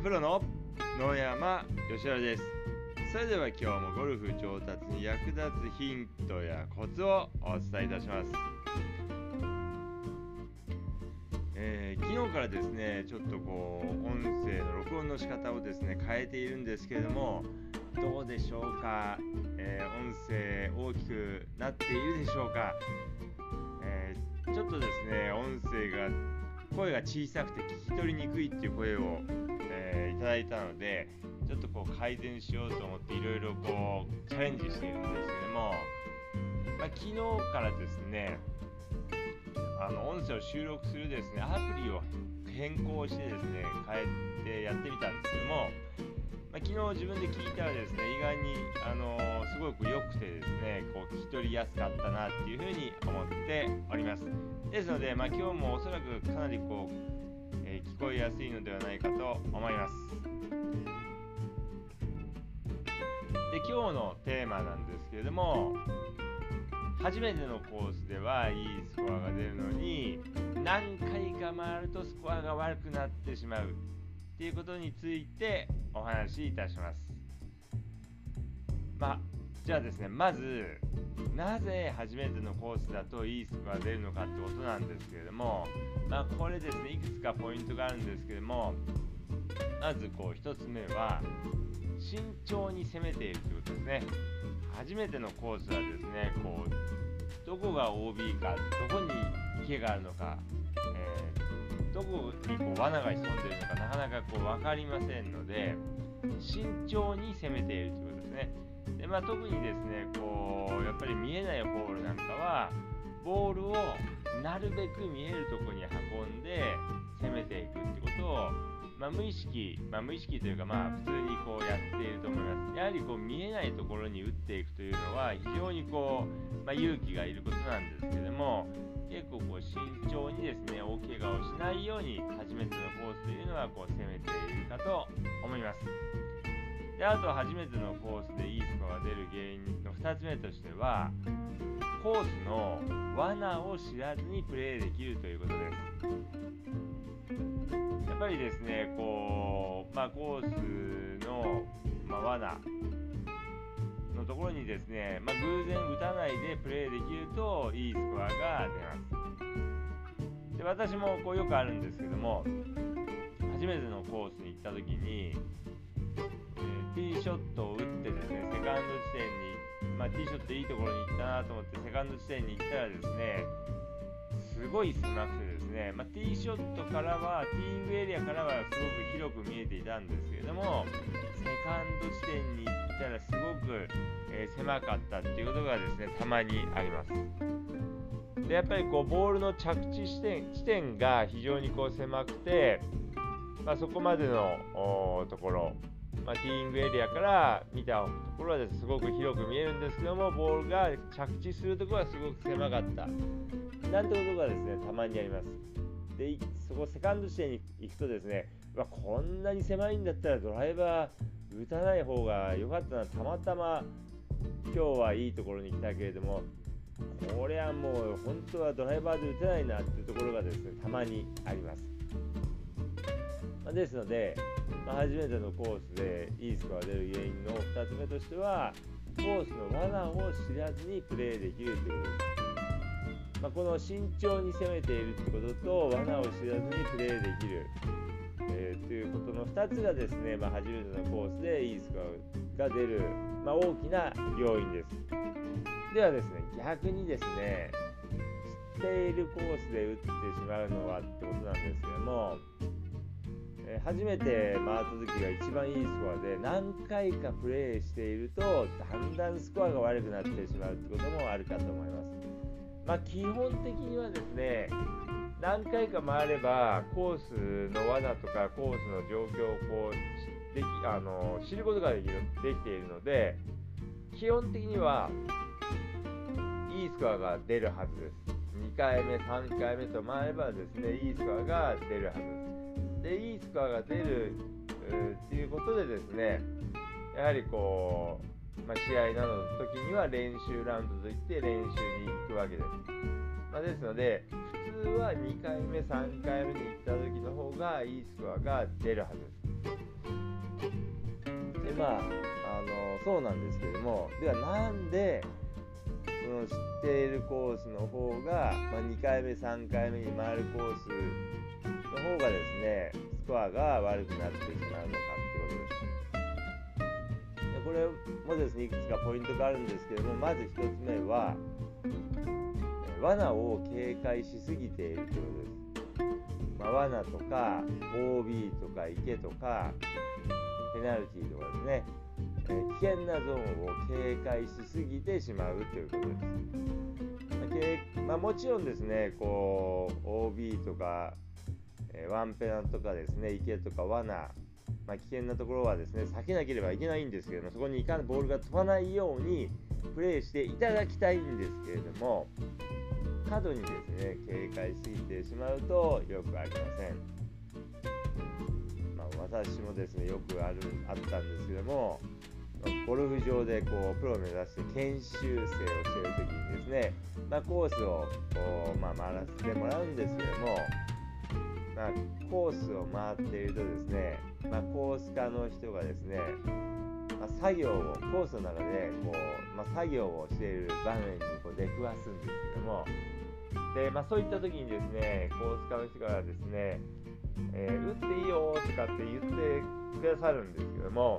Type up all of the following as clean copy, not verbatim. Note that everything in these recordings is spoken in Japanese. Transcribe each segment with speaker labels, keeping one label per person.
Speaker 1: プロの野山義原です。それでは今日もゴルフ上達に役立つヒントやコツをお伝えいたします。昨日からですね、ちょっと音声の録音の仕方をですね変えているんですけれども、どうでしょうか。音声大きくなっているでしょうか。ちょっとですね声が小さくて聞き取りにくいっていう声を、いただいたので、ちょっと改善しようと思っていろいろチャレンジしているんですけども、昨日からですね音声を収録するですねアプリを変更してですね変えてやってみたんですけども、昨日自分で聞いたらですね意外にすごく良くてですね聞き取りやすかったなっていうふうに思っております。ですので、今日もおそらくかなり聞こえやすいのではないかと思います。で、今日のテーマなんですけれども、初めてのコースではいいスコアが出るのに何回か回るとスコアが悪くなってしまうっていうことについてお話しいたします。じゃあですね、まずなぜ初めてのコースだといいスコアが出るのかってことなんですけれども、これですねいくつかポイントがあるんですけれども、まず一つ目は慎重に攻めているということですね。初めてのコースはですねどこが OB か、どこに池があるのか、どこに罠が潜んでいるのかなかなか分かりませんので、慎重に攻めているということですね。で、特にですねやっぱり見えないホールなんかはボールをなるべく見えるところに運んで攻めていくってことを、無意識というか普通にやっていると思います。やはり見えないところに打っていくというのは非常に勇気がいることなんですけれども、結構慎重にですね大怪我をしないように初めてのコースというのは攻めているかと思います。で、あと初めてのコースでいいスコアが出る原因の2つ目としては、コースの罠を知らずにプレーできるということです。やっぱりですねコースの、罠のところにですね、偶然打たないでプレーできるといいスコアが出ます。で、私もよくあるんですけども、初めてのコースに行った時に、ティーショットを打ってですねセカンド地点に、ティーショットいいところに行ったなと思ってセカンド地点に行ったらですね、すごい狭くてですね、ティーショットからはティーイングエリアからはすごく広く見えていたんですけれども、セカンド地点に行ったらすごく、狭かったっていうことがですねたまにあります。で、やっぱりボールの着地地点が非常に狭くて、そこまでのところ、ティーイングエリアから見たところはですすごく広く見えるんですけども、ボールが着地するところはすごく狭かったなんてことがですねたまにあります。で、そこセカンド地点に行くとですね、こんなに狭いんだったらドライバー打たない方が良かったな、たまたま今日はいいところに来たけれども、これはもう本当はドライバーで打てないなっていうところがですねたまにあります。ですので、初めてのコースでいいスコアが出る原因の2つ目としては、コースの罠を知らずにプレーできるということです。この慎重に攻めているということと罠を知らずにプレーできる、ということの2つがですね、初めてのコースでいいスコアが出る、大きな要因です。ではですね、逆にですね知っているコースで打ってしまうのはってことなんですけども、初めて回った時が一番いいスコアで何回かプレーしているとだんだんスコアが悪くなってしまうってこともあるかと思います。基本的にはですね、何回か回ればコースの罠とかコースの状況を知ることができているので、基本的にはいいスコアが出るはずです。2回目3回目と回ればですねいいスコアが出るはずです。で、いいスコアが出るっていうことでですね、やはり試合などの時には練習ラウンドといって練習に行くわけです。ですので普通は2回目3回目に行った時の方がいいスコアが出るはずです。 そうなんですけれども、ではなんでその知っているコースの方が、2回目3回目に回るコースの方がですねスコアが悪くなってしまうのかってことです。でこれもですねいくつかポイントがあるんですけれども、まず1つ目は罠を警戒しすぎているということです。罠とか OB とか池とかペナルティとかですね、危険なゾーンを警戒しすぎてしまうということです。もちろんですねOB とか、ワンペナとかですね池とか罠、危険なところはですね避けなければいけないんですけれども、そこにいかんボールが飛ばないようにプレーしていただきたいんですけれども、過度にですね警戒しすぎてしまうとよくありません。私もですねよくあったんですけども、ゴルフ場でプロを目指して研修生をしている時にですね、コースを回らせてもらうんですけども、コースを回っているとですね、コース科の人がですね、作業をコースの中で作業をしている場面に出くわすんですけども、でそういった時にですねコース科の人からですね、打っていいよとかって言ってくださるんですけども、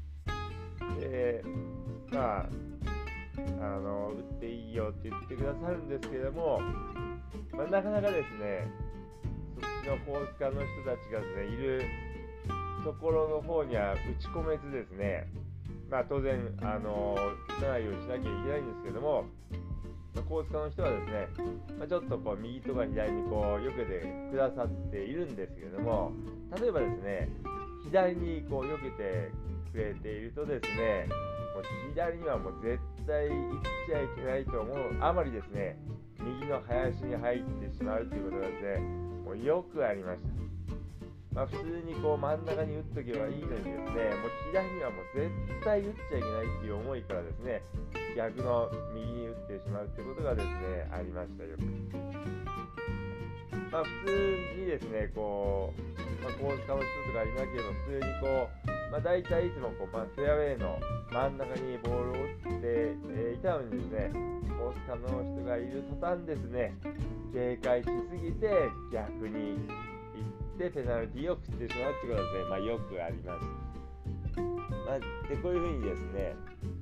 Speaker 1: 打っていいよって言ってくださるんですけども、なかなかですねそっちのコース科の人たちがですねいるところの方には打ち込めずですね、当然打たないようにしなきゃいけないんですけども、コース科の人はですね、ちょっと右とか左に避けてくださっているんですけれども、例えばですね左に避けてくれているとですね、もう左にはもう絶対行っちゃいけないと思うあまりですね右の林に入ってしまうということがですねもうよくありました。普通に真ん中に打っとけばいいのにですね、もう左にはもう絶対打っちゃいけないっていう思いからですね逆の右に打ってしまうってことがですねありましたよく。普通にですねコース科の人とかいなければ普通に大体いつもフェアウェイの真ん中にボールを打っていたのにですね、コース科の人がいる途端ですね警戒しすぎて逆に行ってペナルティを食ってしまうってことはですね、よくあります。でこういうふうにですね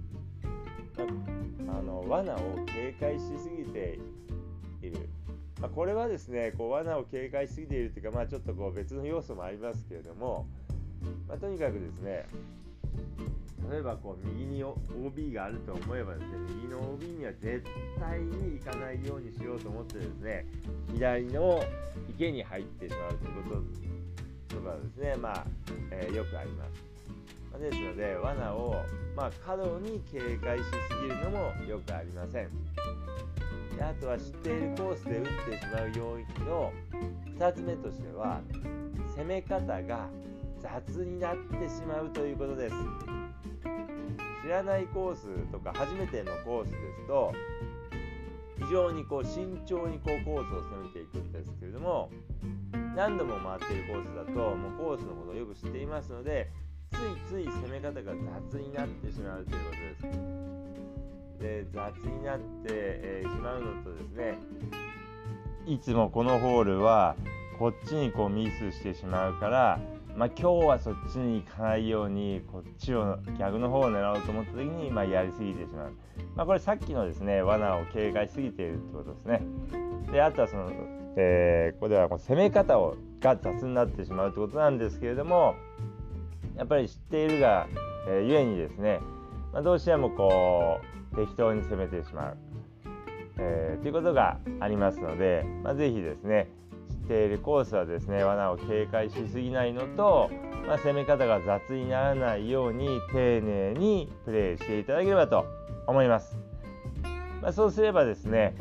Speaker 1: 罠を警戒しすぎている、これはですね罠を警戒しすぎているというか、ちょっと別の要素もありますけれども、とにかくですね例えば右に OB があると思えばですね、右の OB には絶対に行かないようにしようと思ってですね左の池に入ってしまうということとかですねよくあります。ですので罠を過度に警戒しすぎるのもよくありません。であとは知っているコースで打ってしまう要因の2つ目としては、攻め方が雑になってしまうということです。知らないコースとか初めてのコースですと非常に慎重にコースを攻めていくんですけれども、何度も回っているコースだともうコースのことをよく知っていますので、ついつい攻め方が雑になってしまうということです。で雑になって、しまうのとですね、いつもこのホールはこっちにミスしてしまうから、今日はそっちに行かないようにこっちを逆の方を狙おうと思った時に、やりすぎてしまう。これさっきのですね罠を警戒しすぎているってことですね。であとはここでは攻め方が雑になってしまうってことなんですけれども、やっぱり知っているが、ゆえにですね、どうしても適当に攻めてしまう、ということがありますので、ぜひですね知っているコースはですね罠を警戒しすぎないのと、攻め方が雑にならないように丁寧にプレーしていただければと思います。そうすればですね、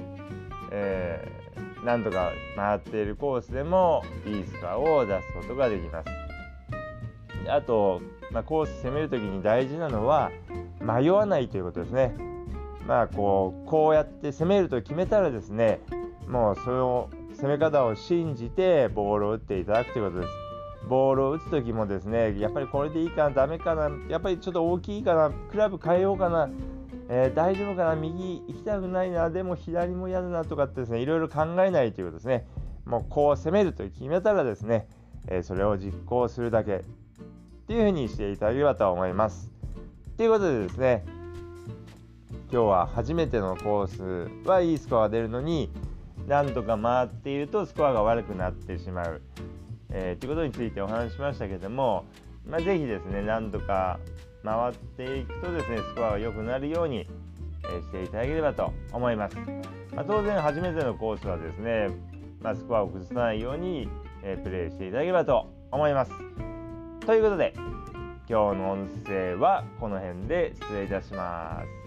Speaker 1: 何度か回っているコースでもいいスコアを出すことができます。あと、コース攻めるときに大事なのは迷わないということですね。こうやって攻めると決めたらですね、もうその攻め方を信じてボールを打っていただくということです。 ボールを打つときもですね、やっぱりこれでいいかな、ダメかな、やっぱりちょっと大きいかな、クラブ変えようかな、大丈夫かな、右行きたくないな、でも左も嫌だなとかってですね、いろいろ考えないということですね。もうこう攻めると決めたらですね、それを実行するだけっていうふうにしていただければと思います。ということでですね、今日は初めてのコースはいいスコアが出るのに、何度か回っているとスコアが悪くなってしまう、ということについてお話ししましたけども、ぜひですね、何度か回っていくとですね、スコアが良くなるように、していただければと思います。当然初めてのコースはですね、スコアを崩さないように、プレーしていただければと思います。ということで、今日の音声はこの辺で失礼いたします。